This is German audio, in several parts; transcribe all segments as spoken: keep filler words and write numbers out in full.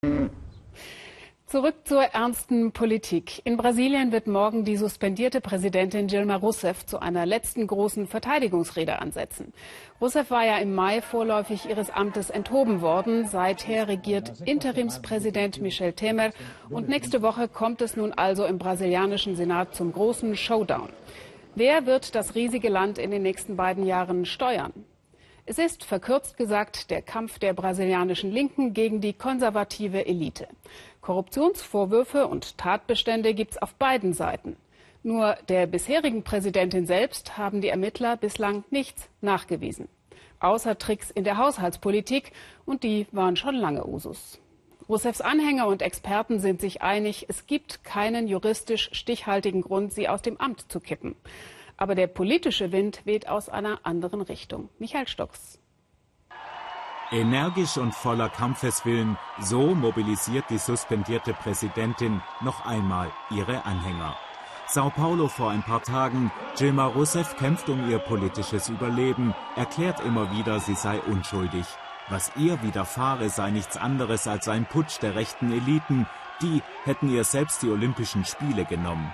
Zurück zur ernsten Politik. In Brasilien wird morgen die suspendierte Präsidentin Dilma Rousseff zu einer letzten großen Verteidigungsrede ansetzen. Rousseff war ja im Mai vorläufig ihres Amtes enthoben worden. Seither regiert Interimspräsident Michel Temer. Und nächste Woche kommt es nun also im brasilianischen Senat zum großen Showdown. Wer wird das riesige Land in den nächsten beiden Jahren steuern? Es ist, verkürzt gesagt, der Kampf der brasilianischen Linken gegen die konservative Elite. Korruptionsvorwürfe und Tatbestände gibt es auf beiden Seiten. Nur der bisherigen Präsidentin selbst haben die Ermittler bislang nichts nachgewiesen. Außer Tricks in der Haushaltspolitik, und die waren schon lange Usus. Rousseffs Anhänger und Experten sind sich einig, es gibt keinen juristisch stichhaltigen Grund, sie aus dem Amt zu kippen. Aber der politische Wind weht aus einer anderen Richtung. Michael Stocks. Energisch und voller Kampfeswillen, so mobilisiert die suspendierte Präsidentin noch einmal ihre Anhänger. Sao Paulo vor ein paar Tagen. Dilma Rousseff kämpft um ihr politisches Überleben, erklärt immer wieder, sie sei unschuldig. Was ihr widerfahre, sei nichts anderes als ein Putsch der rechten Eliten. Die hätten ihr selbst die Olympischen Spiele genommen.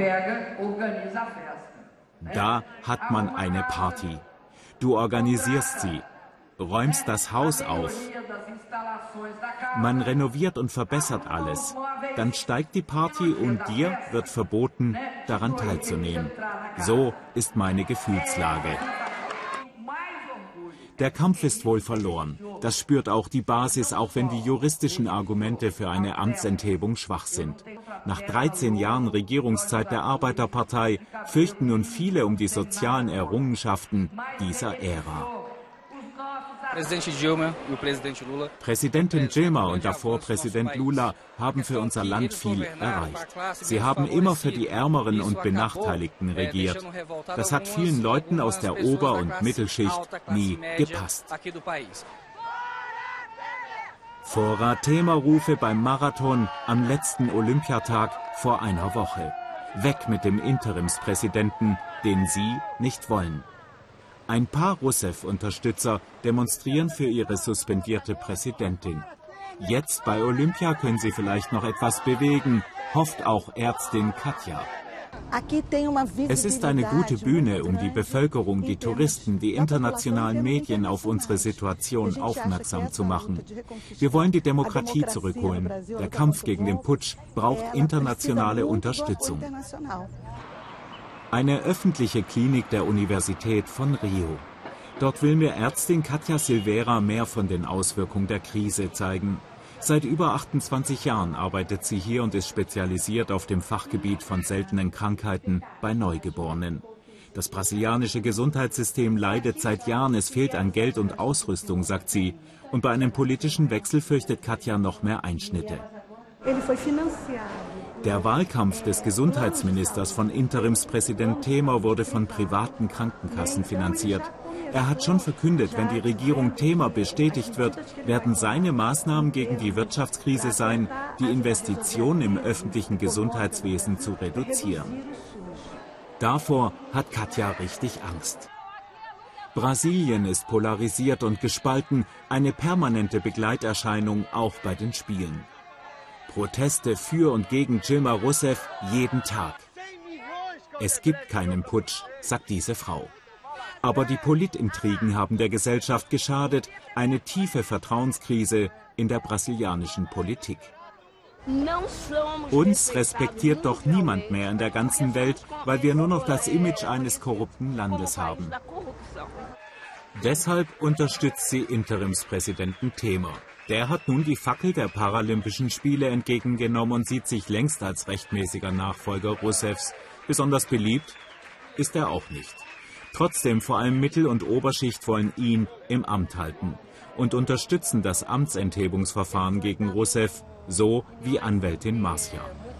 Da hat man eine Party. Du organisierst sie, räumst das Haus auf. Man renoviert und verbessert alles. Dann steigt die Party und dir wird verboten, daran teilzunehmen. So ist meine Gefühlslage. Der Kampf ist wohl verloren. Das spürt auch die Basis, auch wenn die juristischen Argumente für eine Amtsenthebung schwach sind. Nach dreizehn Jahren Regierungszeit der Arbeiterpartei fürchten nun viele um die sozialen Errungenschaften dieser Ära. Präsidentin Dilma und davor Präsident Lula haben für unser Land viel erreicht. Sie haben immer für die Ärmeren und Benachteiligten regiert. Das hat vielen Leuten aus der Ober- und Mittelschicht nie gepasst. Vorrat-Thema-Rufe beim Marathon am letzten Olympiatag vor einer Woche. Weg mit dem Interimspräsidenten, den Sie nicht wollen. Ein paar Rousseff-Unterstützer demonstrieren für ihre suspendierte Präsidentin. Jetzt bei Olympia können sie vielleicht noch etwas bewegen, hofft auch Ärztin Katja. Es ist eine gute Bühne, um die Bevölkerung, die Touristen, die internationalen Medien auf unsere Situation aufmerksam zu machen. Wir wollen die Demokratie zurückholen. Der Kampf gegen den Putsch braucht internationale Unterstützung. Eine öffentliche Klinik der Universität von Rio. Dort will mir Ärztin Katja Silveira mehr von den Auswirkungen der Krise zeigen. Seit über achtundzwanzig Jahren arbeitet sie hier und ist spezialisiert auf dem Fachgebiet von seltenen Krankheiten bei Neugeborenen. Das brasilianische Gesundheitssystem leidet seit Jahren, es fehlt an Geld und Ausrüstung, sagt sie. Und bei einem politischen Wechsel fürchtet Katja noch mehr Einschnitte. Der Wahlkampf des Gesundheitsministers von Interimspräsident Temer wurde von privaten Krankenkassen finanziert. Er hat schon verkündet, wenn die Regierung Temer bestätigt wird, werden seine Maßnahmen gegen die Wirtschaftskrise sein, die Investitionen im öffentlichen Gesundheitswesen zu reduzieren. Davor hat Katja richtig Angst. Brasilien ist polarisiert und gespalten, eine permanente Begleiterscheinung auch bei den Spielen. Proteste für und gegen Dilma Rousseff jeden Tag. Es gibt keinen Putsch, sagt diese Frau. Aber die Politintrigen haben der Gesellschaft geschadet, eine tiefe Vertrauenskrise in der brasilianischen Politik. Uns respektiert doch niemand mehr in der ganzen Welt, weil wir nur noch das Image eines korrupten Landes haben. Deshalb unterstützt sie Interimspräsidenten Temer. Der hat nun die Fackel der Paralympischen Spiele entgegengenommen und sieht sich längst als rechtmäßiger Nachfolger Rousseffs. Besonders beliebt ist er auch nicht. Trotzdem vor allem Mittel- und Oberschicht wollen ihn im Amt halten und unterstützen das Amtsenthebungsverfahren gegen Rousseff, so wie Anwältin Marcia.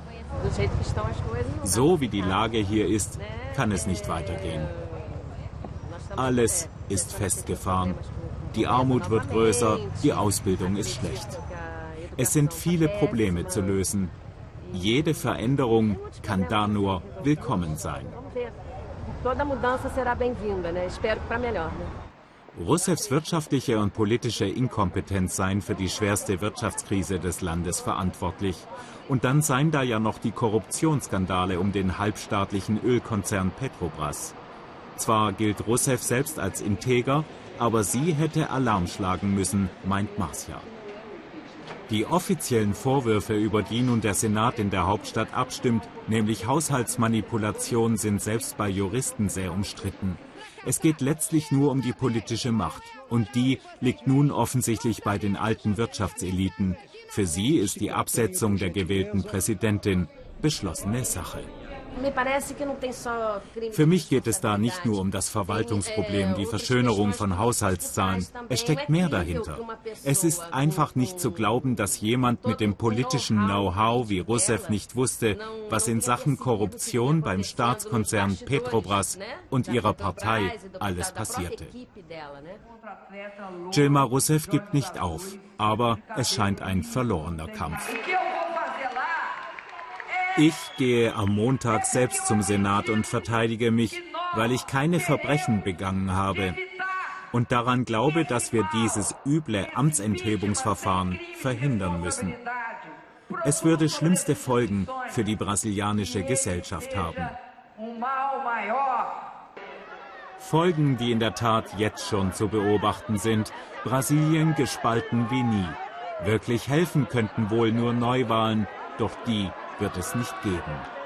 So wie die Lage hier ist, kann es nicht weitergehen. Alles ist festgefahren. Die Armut wird größer, die Ausbildung ist schlecht. Es sind viele Probleme zu lösen. Jede Veränderung kann da nur willkommen sein. Rousseffs wirtschaftliche und politische Inkompetenz seien für die schwerste Wirtschaftskrise des Landes verantwortlich. Und dann seien da ja noch die Korruptionsskandale um den halbstaatlichen Ölkonzern Petrobras. Zwar gilt Rousseff selbst als integer, aber sie hätte Alarm schlagen müssen, meint Marcia. Die offiziellen Vorwürfe, über die nun der Senat in der Hauptstadt abstimmt, nämlich Haushaltsmanipulation, sind selbst bei Juristen sehr umstritten. Es geht letztlich nur um die politische Macht. Und die liegt nun offensichtlich bei den alten Wirtschaftseliten. Für sie ist die Absetzung der gewählten Präsidentin beschlossene Sache. Für mich geht es da nicht nur um das Verwaltungsproblem, die Verschönerung von Haushaltszahlen. Es steckt mehr dahinter. Es ist einfach nicht zu glauben, dass jemand mit dem politischen Know-how wie Rousseff nicht wusste, was in Sachen Korruption beim Staatskonzern Petrobras und ihrer Partei alles passierte. Dilma Rousseff gibt nicht auf, aber es scheint ein verlorener Kampf. Ich gehe am Montag selbst zum Senat und verteidige mich, weil ich keine Verbrechen begangen habe und daran glaube, dass wir dieses üble Amtsenthebungsverfahren verhindern müssen. Es würde schlimmste Folgen für die brasilianische Gesellschaft haben. Folgen, die in der Tat jetzt schon zu beobachten sind. Brasilien gespalten wie nie. Wirklich helfen könnten wohl nur Neuwahlen, doch die wird es nicht geben.